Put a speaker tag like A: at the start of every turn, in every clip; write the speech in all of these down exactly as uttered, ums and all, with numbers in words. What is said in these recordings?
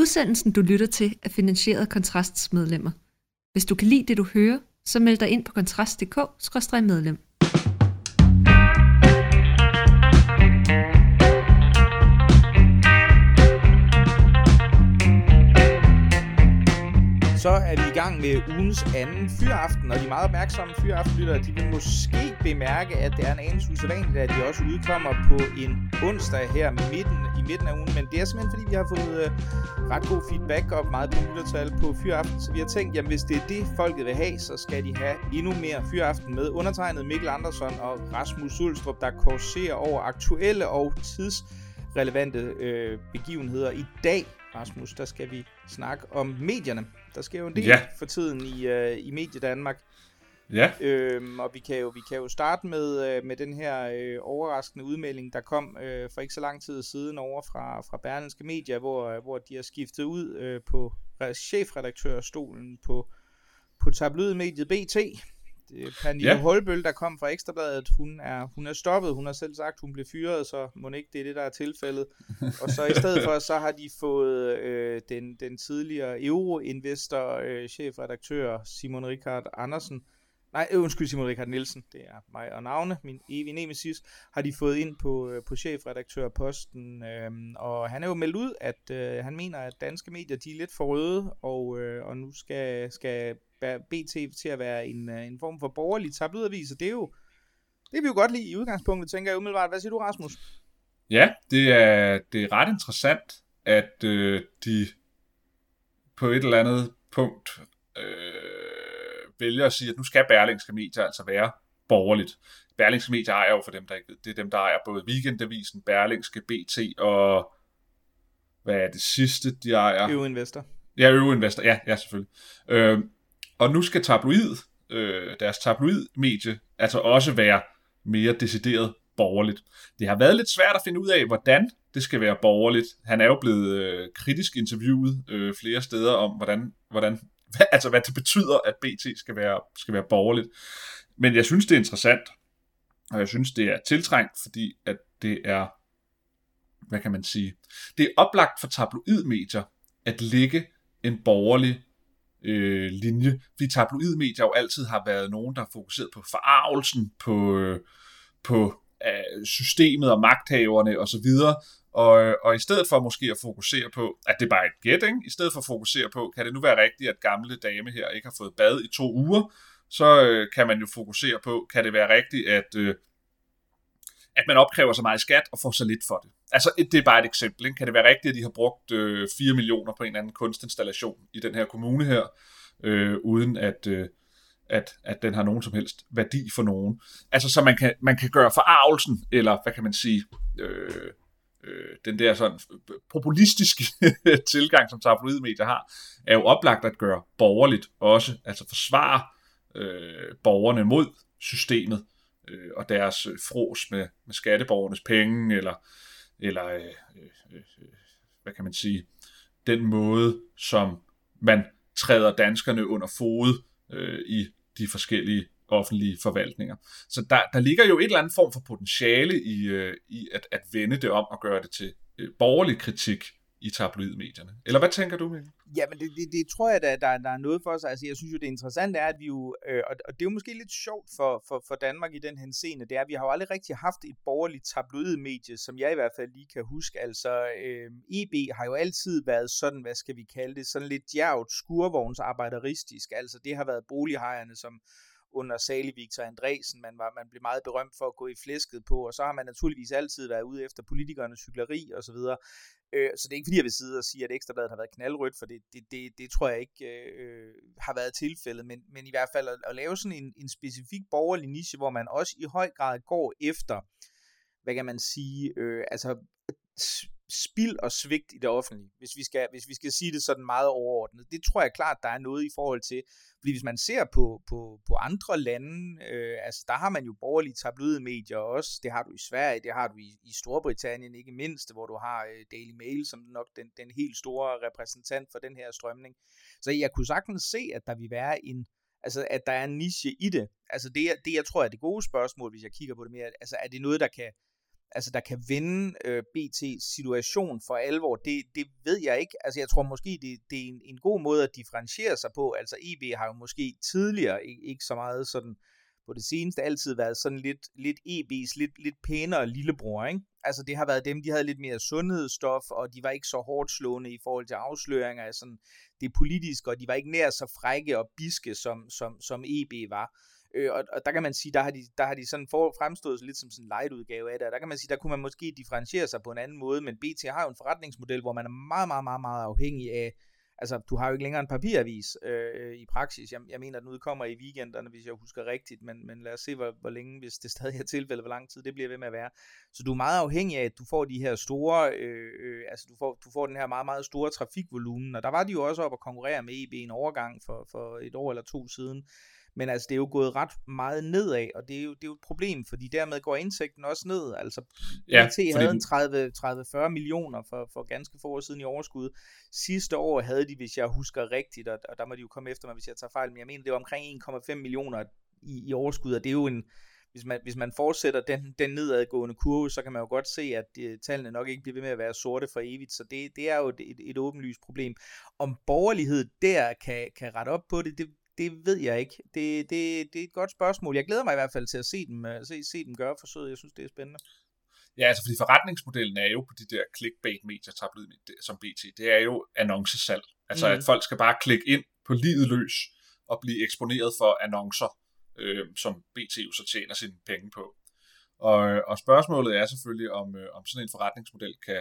A: Udsendelsen, du lytter til, er finansieret af Kontrasts medlemmer. Hvis du kan lide det, du hører, så meld dig ind på kontrast punktum d k skråstreg medlem.
B: Så er vi i gang med ugens anden fyraften, og de meget opmærksomme fyraftenlyttere, de vil måske bemærke, at det er en anelse usædvanligt, at de også udkommer på en onsdag her midten, i midten af ugen, men det er simpelthen fordi, vi har fået øh, ret god feedback og meget på lyttertal på fyraften, så vi har tænkt, jamen hvis det er det, folket vil have, så skal de have endnu mere fyraften med undertegnet Mikkel Andersson og Rasmus Sulstrup, der korserer over aktuelle og tidsrelevante øh, begivenheder. I dag, Rasmus, der skal vi snakke om medierne. Der sker jo en del ja. for tiden i, uh, i Mediedanmark.
C: Ja.
B: Øhm, og vi kan jo, vi kan jo starte med, uh, med den her uh, overraskende udmelding, der kom uh, for ikke så lang tid siden over fra, fra Berlingske Media, hvor, uh, hvor de har skiftet ud uh, på chefredaktørstolen på, på tabloidmediet B T. Pernille ja. Holbøl, der kom fra Ekstra Bladet, hun er, hun er stoppet. Hun har selv sagt, hun blev fyret, så må ikke det er det, der er tilfældet. Og så i stedet for, så har de fået øh, den, den tidligere Euroinvestor, øh, chefredaktør Simon Richard Andersen, nej, øh, undskyld, Simon Richard Nielsen, det er mig og navne, min evige nemesis, har de fået ind på, øh, på chefredaktørposten. Øh, og han er jo meldt ud, at øh, han mener, at danske medier, de er lidt for røde, og, øh, og nu skal, skal B T til at være en, en form for borgerlig tabloidavis, og det er jo, det er vi jo godt lide i udgangspunktet, tænker jeg umiddelbart. Hvad siger du, Rasmus?
C: Ja, det er, det er ret interessant, at øh, de på et eller andet punkt øh, vælger at sige, at nu skal Berlingske Medier altså være borgerligt. Berlingske Medier ejer jo, for dem, der ikke ved, det er dem, der ejer både Weekendavisen, Berlingske, B T og hvad er det sidste, de ejer?
B: Euroinvestor.
C: Ja, Euroinvestor, ja, ja selvfølgelig. Øh, Og nu skal tabloid, øh, deres tabloidmedie, altså også være mere decideret borgerligt. Det har været lidt svært at finde ud af, hvordan det skal være borgerligt. Han er jo blevet øh, kritisk interviewet øh, flere steder om, hvordan, hvordan, hvad, altså, hvad det betyder, at B T skal være, skal være borgerligt. Men jeg synes, det er interessant, og jeg synes, det er tiltrængt, fordi at det er, hvad kan man sige, det er oplagt for tabloidmedier at lægge en borgerlig Øh, linje, fordi tabloidmedier jo altid har været nogen, der har fokuseret på forargelsen, på, øh, på øh, systemet og magthaverne og så videre, og, og i stedet for måske at fokusere på, at det er bare et gæt, ikke? I stedet for at fokusere på, kan det nu være rigtigt, at gamle dame her ikke har fået bad i to uger, så øh, kan man jo fokusere på, kan det være rigtigt, at øh, at man opkræver så meget skat og får så lidt for det. Altså, det er bare et eksempel. Ikke? Kan det være rigtigt, at de har brugt øh, fire millioner på en eller anden kunstinstallation i den her kommune her, øh, uden at, øh, at, at den har nogen som helst værdi for nogen? Altså, så man kan, man kan gøre forargelsen, eller hvad kan man sige, øh, øh, den der sådan populistiske tilgang, som tabloidmedier har, er jo oplagt at gøre borgerligt også, altså forsvare øh, borgerne mod systemet, og deres frås med, med skatteborgernes penge, eller, eller øh, øh, hvad kan man sige, den måde, som man træder danskerne under fod øh, i de forskellige offentlige forvaltninger. Så der, der ligger jo et eller andet form for potentiale i, øh, i at, at vende det om og gøre det til øh, borgerlig kritik i tabloidmedierne. Eller hvad tænker du, Mikkel?
B: Ja, men det, det, det tror jeg, der, der, der er noget for os. Altså, jeg synes jo, det interessante er, at vi jo, øh, og det er jo måske lidt sjovt for, for, for Danmark i den henseende, det er, at vi har jo aldrig rigtig haft et borgerligt tabloidmedie, som jeg i hvert fald lige kan huske. Altså, øh, E B har jo altid været sådan, hvad skal vi kalde det, sådan lidt djærvt, skurvognsarbejderistisk. Altså, det har været bolighejerne, som under salig Victor Andresen, man, var, man blev meget berømt for at gå i flæsket på, og så har man naturligvis altid været ude efter politikernes hykleri og så videre. Øh, så det er ikke fordi, jeg vil sidde og sige, at Ekstra Bladet har været knaldrødt, for det, det, det, det tror jeg ikke øh, har været tilfældet, men, men i hvert fald at, at lave sådan en, en specifik borgerlig niche, hvor man også i høj grad går efter, hvad kan man sige, øh, altså spild og svigt i det offentlige, hvis vi skal, hvis vi skal sige det sådan meget overordnet. Det tror jeg klart, der er noget i forhold til, fordi hvis man ser på, på, på andre lande, øh, altså der har man jo borgerlige tabloidmedier også, det har du i Sverige, det har du i, i Storbritannien ikke mindst, hvor du har øh, Daily Mail som nok den, den helt store repræsentant for den her strømning. Så jeg kunne sagtens se, at der vil være en, altså at der er en niche i det. Altså det, det jeg tror er det gode spørgsmål, hvis jeg kigger på det mere, altså er det noget, der kan altså der kan vende øh, B T's situation for alvor, det, det ved jeg ikke. Altså jeg tror måske, det, det er en, en god måde at differentiere sig på. Altså E B har jo måske tidligere, ikke, ikke så meget sådan, på det seneste altid været sådan lidt, lidt E B's, lidt, lidt pænere lillebror, ikke? Altså det har været dem, de havde lidt mere sundhedsstof, og de var ikke så hårdt slående i forhold til afsløringer af sådan det politiske, og de var ikke nær så frække og biske, som, som, som E B var. Øh, og, og der kan man sige, der har de, der har de sådan for, fremstået lidt som sådan en light udgave af det, og der kan man sige, der kunne man måske differentiere sig på en anden måde, men B T har jo en forretningsmodel, hvor man er meget, meget, meget, meget afhængig af, altså du har jo ikke længere en papiravis øh, i praksis, jeg, jeg mener, den udkommer i weekenderne, hvis jeg husker rigtigt, men, men lad os se, hvor, hvor længe, hvis det stadig er tilfældet, hvor lang tid det bliver ved med at være. Så du er meget afhængig af, at du får de her store, øh, øh, altså du får, du får den her meget, meget store trafikvolumen, og der var de jo også op at konkurrere med E B en overgang for, for et år eller to siden. Men altså, det er jo gået ret meget nedad, og det er jo, det er jo et problem, fordi dermed går indtægten også ned. Altså,
C: ja,
B: B T havde en tredive til fyrre millioner for, for ganske få år siden i overskud. Sidste år havde de, hvis jeg husker rigtigt, og, og der må de jo komme efter mig, hvis jeg tager fejl, men jeg mener, det var omkring en komma fem millioner i, i overskud, og det er jo en, hvis man, hvis man fortsætter den, den nedadgående kurve, så kan man jo godt se, at de, tallene nok ikke bliver ved med at være sorte for evigt, så det, det er jo et, et, et åbenlyst problem. Om borgerlighed der kan, kan rette op på det, det Det ved jeg ikke. Det, det, det er et godt spørgsmål. Jeg glæder mig i hvert fald til at se dem, se, se dem gøre forsøget. Jeg synes, det er spændende.
C: Ja, altså fordi forretningsmodellen er jo på de der clickbait-medier, som B T, det er jo annoncesalg. Altså mm. at folk skal bare klikke ind på livet løs og blive eksponeret for annoncer, øh, som B T jo så tjener sine penge på. Og, og spørgsmålet er selvfølgelig, om, øh, om sådan en forretningsmodel kan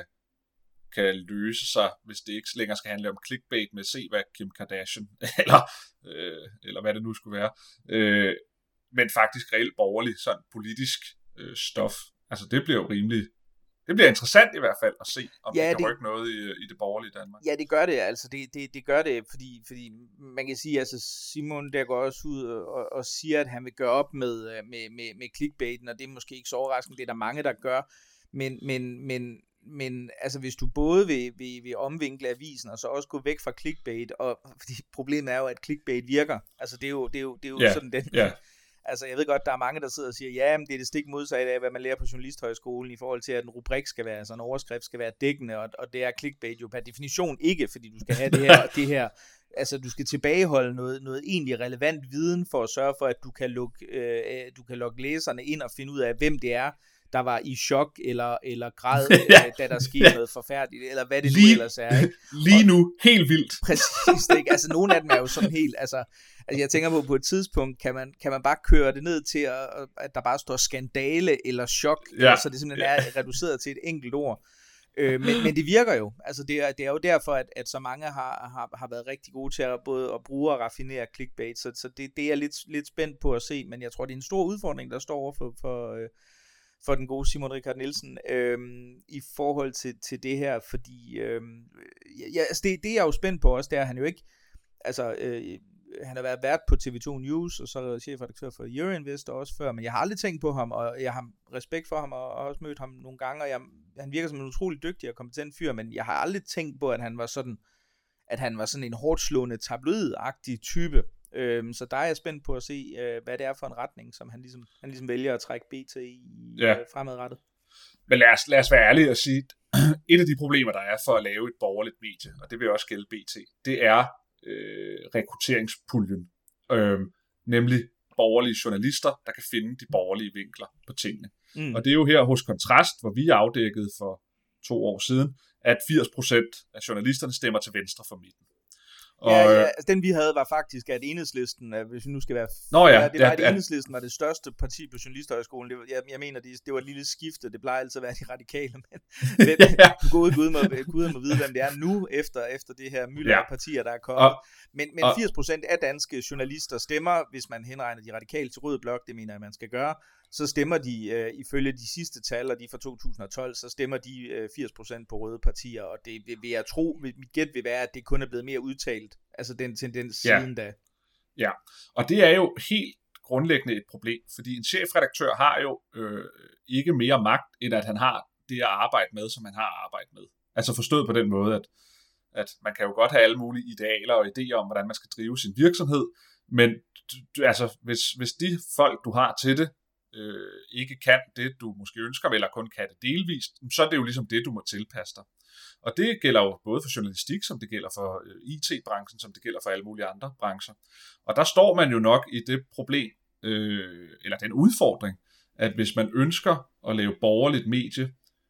C: kan løse sig, hvis det ikke længere skal handle om clickbait med se hvad Kim Kardashian, eller, øh, eller hvad det nu skulle være, øh, men faktisk reelt borgerlig, sådan politisk øh, stof. Altså det bliver jo rimelig, det bliver interessant i hvert fald at se, om ja, det kan det, rykke noget i, i det borgerlige Danmark.
B: Ja, det gør det, altså det, det, det gør det, fordi, fordi man kan sige, altså Simon der går også ud og, og siger, at han vil gøre op med, med, med, med clickbaiten, og det er måske ikke så overraskende, det er der mange, der gør, men, men, men Men altså hvis du både vil, vil, vil omvinkle avisen og så også gå væk fra clickbait, og fordi problemet er jo at clickbait virker. Altså det er jo det er jo det er jo yeah. sådan den. Yeah. Altså jeg ved godt der er mange der sidder og siger ja, men det er det stik modsatte af hvad man lærer på journalisthøjskolen i forhold til at en rubrik skal være, altså en overskrift skal være dækkende, og, og det er clickbait jo per definition ikke, fordi du skal have det her det her altså du skal tilbageholde noget noget egentlig relevant viden for at sørge for at du kan lukke øh, du kan lukke læserne ind og finde ud af hvem det er der var i chok, eller, eller græd, ja. da der skete noget forfærdeligt, eller hvad det lige, nu ellers er. Ikke?
C: Lige nu, helt vildt.
B: Præcis, ikke? Altså nogle af dem er jo sådan helt, altså, altså jeg tænker på, på et tidspunkt, kan man, kan man bare køre det ned til, at, at der bare står skandale, eller chok, ja. Eller, så det simpelthen ja. er reduceret til et enkelt ord. Øh, men, men det virker jo, altså det er, det er jo derfor, at, at så mange har, har, har været rigtig gode til at både at bruge og raffinere clickbait, så, så det, det er jeg lidt, lidt spændt på at se, men jeg tror, det er en stor udfordring, der står over for, for øh, for den gode Simon Richard Nielsen øhm, i forhold til, til det her, fordi øhm, ja, altså det, det er jeg jo spændt på også, det er han jo ikke, altså øh, han har været vært på T V to News, og så er chefredaktør for Euroinvestor også før, men jeg har aldrig tænkt på ham, og jeg har respekt for ham, og også mødt ham nogle gange, og jeg, han virker som en utrolig dygtig og kompetent fyr, men jeg har aldrig tænkt på, at han var sådan, at han var sådan en hårdt slående tabloid-agtig type. Øhm, så der er jeg spændt på at se, øh, hvad det er for en retning, som han ligesom, han ligesom vælger at trække B T i ja. øh, fremadrettet.
C: Men lad os, lad os være ærlige og sige, et af de problemer, der er for at lave et borgerligt medie, og det vil også gælde B T, det er øh, rekrutteringspuljen. Øh, nemlig borgerlige journalister, der kan finde de borgerlige vinkler på tingene. Mm. Og det er jo her hos Kontrast, hvor vi afdækkede for to år siden, at firs procent af journalisterne stemmer til venstre for midten.
B: Og, ja, ja, altså den vi havde var faktisk, at Enhedslisten, hvis vi nu skal være
C: Nå ja,
B: ja, det var, at Enhedslisten var det største parti på Journalisthøjskolen. Det var, jeg, jeg mener, det, det var et lille skifte, det plejer altid at være de radikale, men ja. du går ud Gud må, Gud må vide, hvem det er nu, efter, efter det her mylder af partier, der er kommet. Og, men, men firs procent af danske journalister stemmer, hvis man henregner de radikale til rød blok, det mener jeg, man skal gøre, så stemmer de, øh, ifølge de sidste tal, og de fra to tusind og tolv, så stemmer de øh, firs procent på røde partier, og det vil jeg tro, mit gæt vil være, at det kun er blevet mere udtalt, altså den tendens
C: ja.
B: siden da.
C: Ja, og det er jo helt grundlæggende et problem, fordi en chefredaktør har jo øh, ikke mere magt, end at han har det at arbejde med, som han har arbejdet med. Altså forstået på den måde, at, at man kan jo godt have alle mulige idealer og idéer om, hvordan man skal drive sin virksomhed, men altså, hvis, hvis de folk, du har til det, øh, ikke kan det, du måske ønsker, eller kun kan det delvist, så er det jo ligesom det, du må tilpasse dig. Og det gælder jo både for journalistik, som det gælder for I T-branchen, som det gælder for alle mulige andre brancher. Og der står man jo nok i det problem, øh, eller den udfordring, at hvis man ønsker at lave borgerligt medie,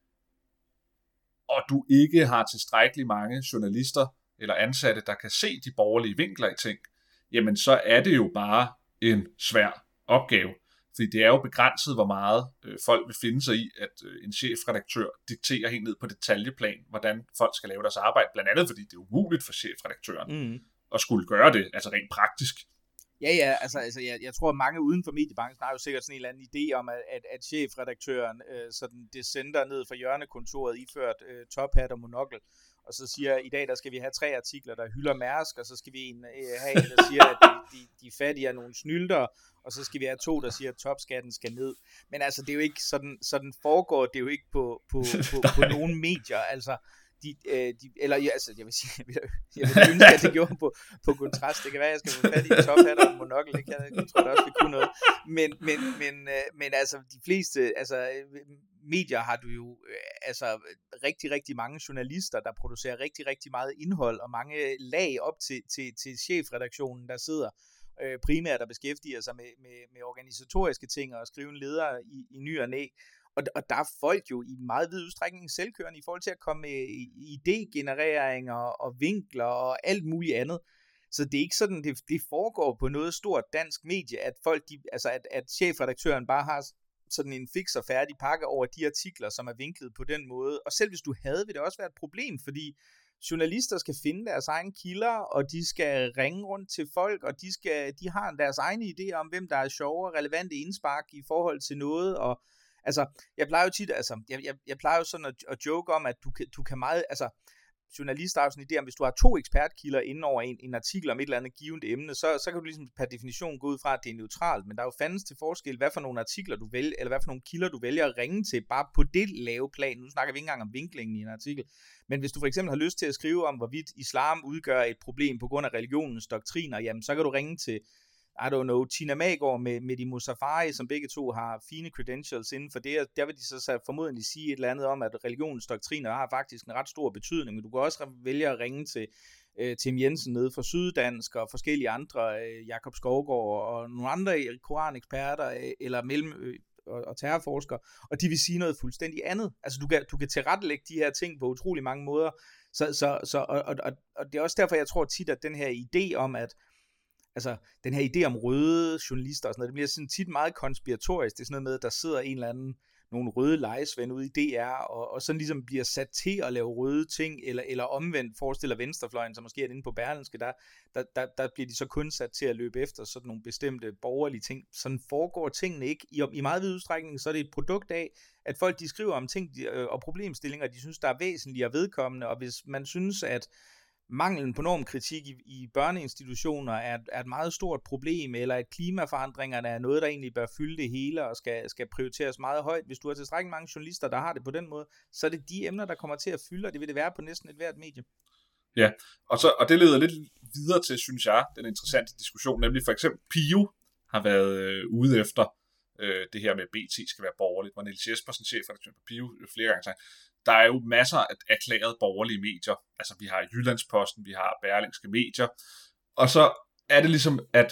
C: og du ikke har tilstrækkeligt mange journalister eller ansatte, der kan se de borgerlige vinkler i ting, jamen så er det jo bare en svær opgave. Fordi det er jo begrænset, hvor meget øh, folk vil finde sig i, at øh, en chefredaktør dikterer helt ned på detaljeplan, hvordan folk skal lave deres arbejde. Blandt andet, fordi det er umuligt for chefredaktøren mm. at skulle gøre det, altså rent praktisk.
B: Ja, ja, altså, altså jeg, jeg tror, at mange uden for mediebranchen har jo sikkert sådan en eller anden idé om, at, at, at chefredaktøren øh, sådan descender ned fra hjørnekontoret iført øh, tophat og monokkel, og så siger, i dag der skal vi have tre artikler, der hylder Mærsk, og så skal vi en, øh, have en, der siger, at de, de, de fattige er nogle snylder, og så skal vi have to, der siger, at topskatten skal ned. Men altså, det er jo ikke sådan, sådan foregår det jo ikke på, på, på, på nogen medier, altså. De, øh, de, eller ja, altså, jeg vil sige, jeg vil, jeg vil ønske, at det gjorde på, på Kontrast. Det kan være, at jeg skal få fat i en tophat og en monokkel. Det kan jeg, jeg tror da også, det kunne noget. Men, men, men, øh, men altså, de fleste altså, medier har du jo øh, altså, rigtig, rigtig mange journalister, der producerer rigtig, rigtig meget indhold, og mange lag op til, til, til chefredaktionen, der sidder øh, primært og beskæftiger sig med, med, med organisatoriske ting og skrive en leder i, i ny og næ. Og, og der er folk jo i meget vid udstrækning selvkørende i forhold til at komme med idégenerering og, og vinkler og alt muligt andet. Så det er ikke sådan, det, det foregår på noget stort dansk medie, at folk, de, altså at, at chefredaktøren bare har sådan en fix og færdig pakke over de artikler, som er vinklet på den måde. Og selv hvis du havde, vil det også være et problem, fordi journalister skal finde deres egne kilder, og de skal ringe rundt til folk, og de, skal, de har deres egne idéer om, hvem der er sjove og relevante indspark i forhold til noget, og altså, jeg plejer jo tit, altså, jeg, jeg, jeg plejer jo sådan at, at joke om, at du kan, du kan meget, altså, journalister har jo sådan en idé om, hvis du har to ekspertkilder inden over en, en artikel om et eller andet givet emne, så, så kan du ligesom per definition gå ud fra, at det er neutralt, men der er jo fandens til forskel, hvad for nogle artikler du vælger, eller hvad for nogle kilder du vælger at ringe til, bare på det lave plan. Nu snakker vi ikke engang om vinklingen i en artikel, men hvis du for eksempel har lyst til at skrive om, hvorvidt islam udgør et problem på grund af religionens doktriner, jamen så kan du ringe til I don't know, Tina Magård med, med de Mosafari, som begge to har fine credentials inden for det, og der vil de så, så formodentlig sige et eller andet om, at religionens doktriner har faktisk en ret stor betydning, men du kan også vælge at ringe til øh, Tim Jensen nede fra Syddansk, og forskellige andre, øh, Jakob Skovgaard, og nogle andre koraneksperter, øh, eller mellem øh, og, og terrorforskere, og de vil sige noget fuldstændig andet. Altså du kan, du kan tilrettelægge de her ting på utrolig mange måder, så, så, så, og, og, og, og det er også derfor, jeg tror tit, at den her idé om, at altså, den her idé om røde journalister og sådan noget, det bliver sådan tit meget konspiratorisk. Det er sådan noget med, at der sidder en eller anden, nogle røde lejesvende ude i D R, og, og sådan ligesom bliver sat til at lave røde ting, eller, eller omvendt forestiller venstrefløjen, som måske er inde på Berlingske, der, der, der, der bliver de så kun sat til at løbe efter sådan nogle bestemte borgerlige ting. Sådan foregår tingene ikke. I, i meget vid udstrækning, så er det et produkt af, at folk de skriver om ting de, og problemstillinger, de synes, der er væsentlige og vedkommende, og hvis man synes, at manglen på normkritik i, i børneinstitutioner er, er et meget stort problem, eller at klimaforandringerne er noget, der egentlig bør fylde det hele og skal, skal prioriteres meget højt. Hvis du har tilstrækkeligt mange journalister, der har det på den måde, så er det de emner, der kommer til at fylde, og det vil det være på næsten et hvert medie.
C: Ja, og, så, og det leder lidt videre til, synes jeg, den interessante diskussion, nemlig for eksempel Pio har været øh, ude efter øh, det her med, at B T skal være borgerligt, hvor Niels Jespersen, chefredaktør på Pio, flere gange sagde, der er jo masser af erklærede borgerlige medier. Altså, vi har Jyllandsposten, vi har Berlingske medier. Og så er det ligesom, at,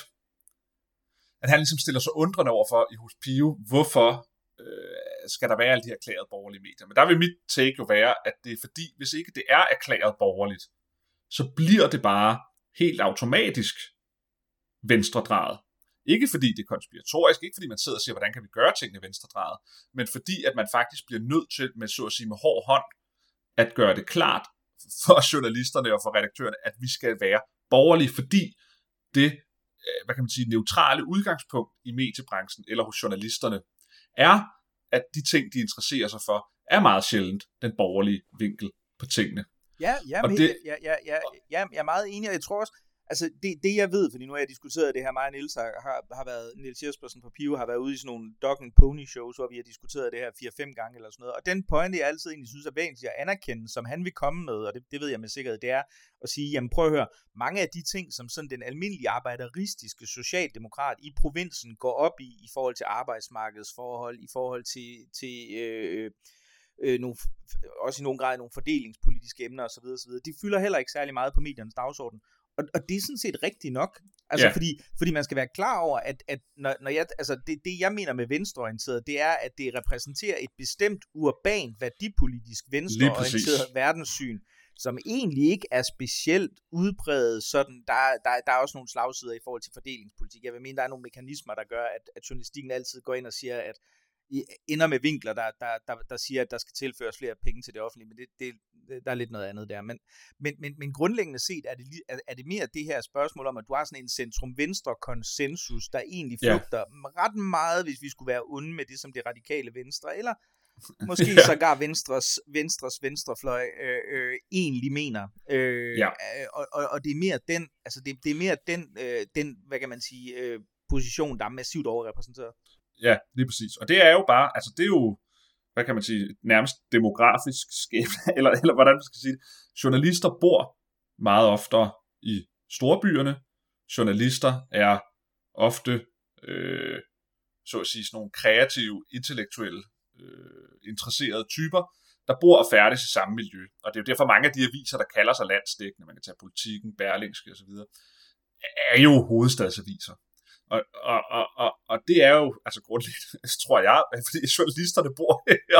C: at han ligesom stiller sig undrende over for i hos Pio, hvorfor øh, skal der være alle de her erklærede borgerlige medier. Men der vil mit take jo være, at det er fordi, hvis ikke det er erklæret borgerligt, så bliver det bare helt automatisk venstredrejet. Ikke fordi det er konspiratorisk, ikke fordi man sidder og siger, hvordan kan vi gøre tingene venstredrejet, men fordi at man faktisk bliver nødt til, med så at sige med hård hånd, at gøre det klart for journalisterne og for redaktørerne, at vi skal være borgerlige, fordi det, hvad kan man sige, neutrale udgangspunkt i mediebranchen eller hos journalisterne er, at de ting, de interesserer sig for, er meget sjældent den borgerlige vinkel på tingene.
B: Ja, ja, men, det, ja, ja, ja, ja, jeg er meget enig, og jeg tror også, Altså, det, det jeg ved, fordi nu har jeg diskuteret det her, mig og Niels har, har, har været, Niels Jespersen fra Pio har været ude i sådan nogle dog and pony shows, hvor vi har diskuteret det her fire-fem gange eller sådan noget, og den pointe, jeg altid egentlig synes er væsentligt at anerkende, som han vil komme med, og det, det ved jeg med sikkerhed, det er at sige, jamen prøv at høre, mange af de ting, som sådan den almindelige arbejderistiske socialdemokrat i provinsen går op i, i forhold til arbejdsmarkedsforhold, i forhold til, til øh, øh, nogle, også i nogen grad nogle fordelingspolitiske emner osv., osv., de fylder heller ikke særlig meget på mediernes dagsorden. Og, og det er sådan set rigtigt nok, altså yeah. fordi, fordi man skal være klar over, at, at når, når jeg, altså det, det jeg mener med venstreorienteret, det er, at det repræsenterer et bestemt urban, værdipolitisk venstreorienteret verdenssyn, som egentlig ikke er specielt udbredt sådan, der, der, der er også nogle slagsider i forhold til fordelingspolitik. Jeg vil mene, der er nogle mekanismer, der gør, at, at journalistikken altid går ind og siger, at ender med vinkler, der, der, der, der siger, at der skal tilføres flere penge til det offentlige, men det, det, der er lidt noget andet der. Men, men, men, men grundlæggende set er det, er det mere det her spørgsmål om, at du har sådan en centrum-venstre konsensus, der egentlig flugter yeah. ret meget, hvis vi skulle være onde med det som det radikale venstre, eller måske yeah. sågar venstres, venstres venstrefløj øh, øh, egentlig mener. Øh, yeah. og, og, og det er mere den, altså det, det er mere den, øh, den, hvad kan man sige, øh, position, der er massivt overrepræsenteret.
C: Ja, lige præcis. Og det er jo bare, altså det er jo, hvad kan man sige, nærmest demografisk skæbne, eller, eller hvordan man skal sige det. Journalister bor meget oftere i storbyerne. Journalister er ofte, øh, så at sige, sådan nogle kreative, intellektuelle, øh, interesserede typer, der bor og færdes i samme miljø. Og det er jo derfor mange af de aviser, der kalder sig landsdækkende, man kan tage Politiken, Berlingske osv., er jo hovedstadsaviser. Og, og, og, og, og det er jo, altså grundlæggende, tror jeg, fordi journalisterne bor her.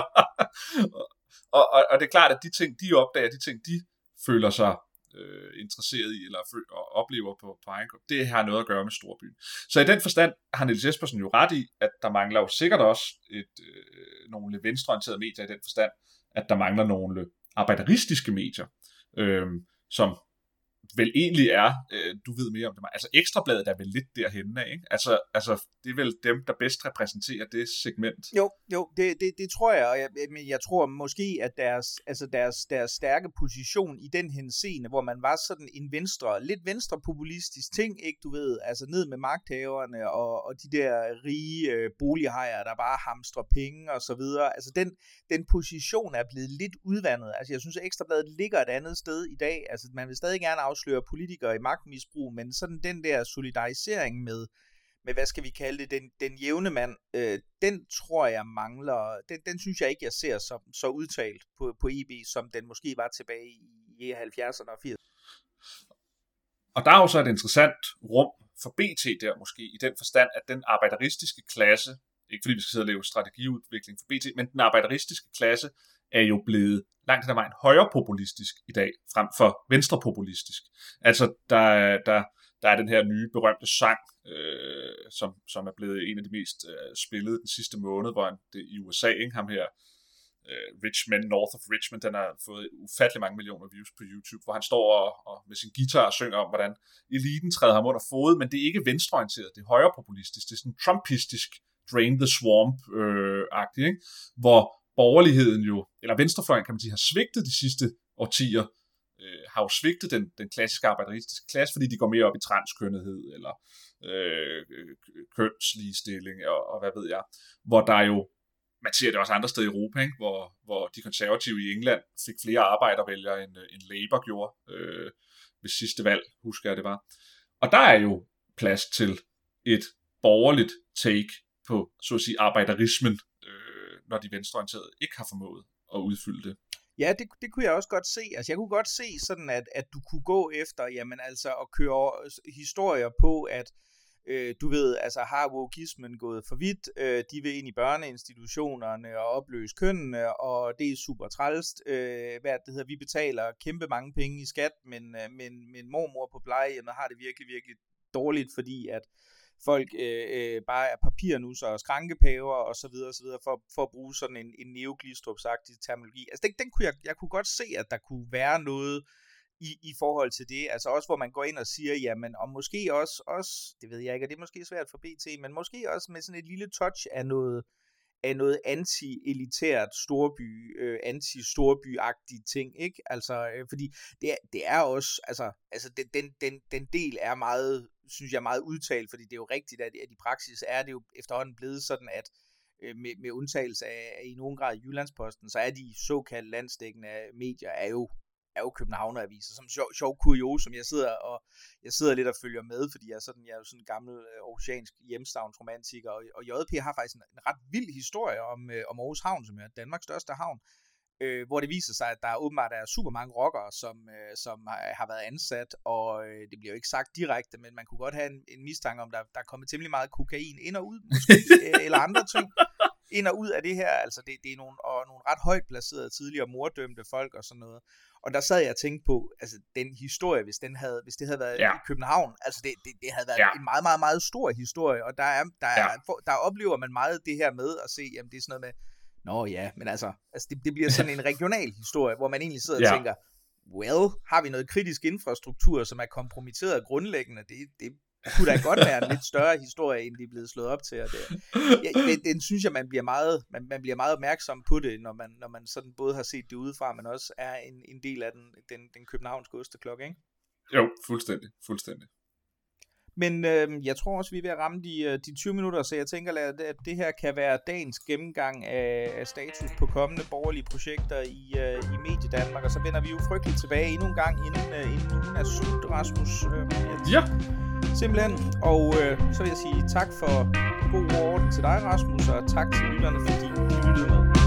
C: og, og, og det er klart, at de ting, de opdager, de ting, de føler sig øh, interesseret i, eller føler, og oplever på, på egen krop, det har noget at gøre med storbyen. Så i den forstand har Niels Jespersen jo ret i, at der mangler jo sikkert også et, øh, nogle venstreorienterede medier i den forstand, at der mangler nogle arbejderistiske medier, øh, som vel egentlig er, øh, du ved mere om det, altså Ekstrabladet er vel lidt derhenne af, ikke? Altså, altså, det er vel dem, der bedst repræsenterer det segment.
B: Jo, jo, det, det, det tror jeg, og jeg, jeg tror måske, at deres, altså deres, deres stærke position i den henseende, hvor man var sådan en venstre, lidt venstrepopulistisk ting, ikke, du ved, altså ned med magthaverne og, og de der rige øh, bolighajer, der bare hamstrer penge og så videre, altså den, den position er blevet lidt udvandet, altså jeg synes, at Ekstrabladet ligger et andet sted i dag, altså man vil stadig gerne afsløre politikere i magtmisbrug, men sådan den der solidarisering med, med hvad skal vi kalde det, den, den jævne mand, øh, den tror jeg mangler, den, den synes jeg ikke, jeg ser så, så udtalt på, på E B, som den måske var tilbage i halvfjerdserne og firserne.
C: Og der er jo så et interessant rum for B T der måske, i den forstand, at den arbejderistiske klasse, ikke fordi vi skal sidde og lave strategiudvikling for B T, men den arbejderistiske klasse er jo blevet langt hen ad vejen højrepopulistisk i dag, frem for venstrepopulistisk. Altså, der, der, der er den her nye berømte sang, øh, som, som er blevet en af de mest øh, spillede den sidste måned, hvor han, det, i U S A, ikke, ham her, øh, Rich Men North of Richmond, den har fået ufattelig mange millioner views på YouTube, hvor han står og, og med sin guitar og synger om, hvordan eliten træder ham under fod, men det er ikke venstreorienteret, det er højrepopulistisk, det er sådan trumpistisk, Drain the Swamp-agtigt, øh, hvor borgerligheden jo, eller venstrefløjen kan man sige, har svigtet de sidste årtier, øh, har jo svigtet den, den klassiske arbejderistiske klasse, fordi de går mere op i transkønnethed, eller øh, kønsligestilling, og, og hvad ved jeg, hvor der jo, man ser det også andre steder i Europa, ikke? Hvor, hvor de konservative i England fik flere arbejdervælgere, end, end Labour gjorde øh, ved sidste valg, husker jeg det var. Og der er jo plads til et borgerligt take på, så at sige, arbejderismen, når de venstreorienterede ikke har formået at udfylde det.
B: Ja, det, det kunne jeg også godt se. Altså, jeg kunne godt se sådan, at, at du kunne gå efter, jamen altså, at køre historier på, at øh, du ved, altså, har wokeismen gået for vidt, øh, de vil ind i børneinstitutionerne og opløse kønnene, og det er super trælst. Øh, hvad det hedder, vi betaler kæmpe mange penge i skat, men, øh, men, men mormor på plejehjemmet har det virkelig, virkelig dårligt, fordi at folk øh, øh, bare er papirnusser og skrankepaver og så videre og så videre for, for at bruge sådan en, en neoglistrup-agtig terminologi. Altså den, den kunne jeg, jeg kunne godt se, at der kunne være noget i, i forhold til det. Altså også hvor man går ind og siger, jamen og måske også, også, det ved jeg ikke, og det er måske svært for B T, men måske også med sådan et lille touch af noget, af noget anti-elitært storby, øh, anti-storby-agtige ting, ikke? Altså, øh, fordi det er, det er også, altså, altså den, den, den, den del er meget, synes jeg, meget udtalt, fordi det er jo rigtigt, at, at i praksis er det jo efterhånden blevet sådan, at øh, med, med undtagelse af, af i nogen grad Jyllandsposten, så er de såkaldt landsdækkende medier, er jo er jo københavneraviser, som sjov, sjov kurios, som jeg sidder og jeg sidder lidt og følger med, fordi jeg er sådan jeg er jo sådan en gammel øh, aarhusiansk hjemstavnsromantiker, og, og J P har faktisk en, en ret vild historie om øh, om Aarhus Havn, som er Danmarks største havn, øh, hvor det viser sig, at der åbenbart er super mange rockere, som øh, som har, har været ansat, og øh, det bliver jo ikke sagt direkte, men man kunne godt have en, en mistanke om, der der er kommet temmelig meget kokain ind og ud, måske, øh, eller andre ting ind og ud af det her. Altså det, det er nogle og nogle ret højt placerede tidligere morddømte folk og sådan noget. Og der sad jeg og tænkte på, altså den historie, hvis den havde, hvis det havde været ja. i København, altså det, det, det havde været ja. en meget, meget, meget stor historie, og der er, der er, ja. der oplever man meget det her med at se, jamen det er sådan noget med, nå ja, men altså, altså det, det bliver sådan en regional historie, hvor man egentlig sidder ja. og tænker, well, har vi noget kritisk infrastruktur, som er kompromitteret grundlæggende, det, det kunne da godt være en lidt større historie, end de er blevet slået op til, og det, ja, den, den synes jeg, man bliver meget, man, man bliver meget opmærksom på det, når man, når man sådan både har set det udefra, men også er en, en del af den, den, den københavnske osteklokke, ikke?
C: Jo, fuldstændig, fuldstændig.
B: Men øh, jeg tror også, vi er ved at ramme de, de tyve minutter, så jeg tænker, at det her kan være dagens gennemgang af, af status på kommende borgerlige projekter i, uh, i Mediedanmark, og så vender vi jo frygteligt tilbage endnu en gang, inden, uh, inden ugen er slut, Rasmus. Uh,
C: ja.
B: Simpelthen, og øh, så vil jeg sige tak for god orden til dig, Rasmus, og tak til lytterne, fordi I lyttede med.